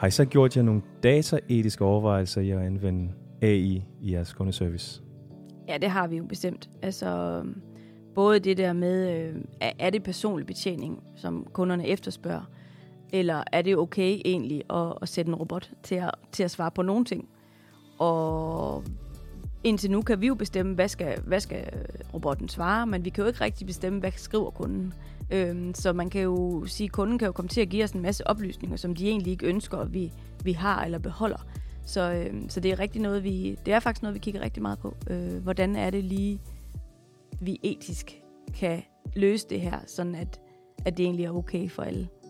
Har I så gjort jer nogle dataetiske overvejelser i at anvende AI i jeres kundeservice? Ja, det har vi jo bestemt. Altså, både det der med, er det personlig betjening, som kunderne efterspørger, eller er det okay egentlig at sætte en robot til at svare på nogle ting? Og indtil nu kan vi jo bestemme, hvad skal robotten svare, men vi kan jo ikke rigtig bestemme, hvad skriver kunden. Så man kan jo sige, at kunden kan jo komme til at give os en masse oplysninger, som de egentlig ikke ønsker, vi har eller beholder. Så det er rigtig noget, det er faktisk noget, vi kigger rigtig meget på. Hvordan er det lige, vi etisk kan løse det her, sådan at det egentlig er okay for alle.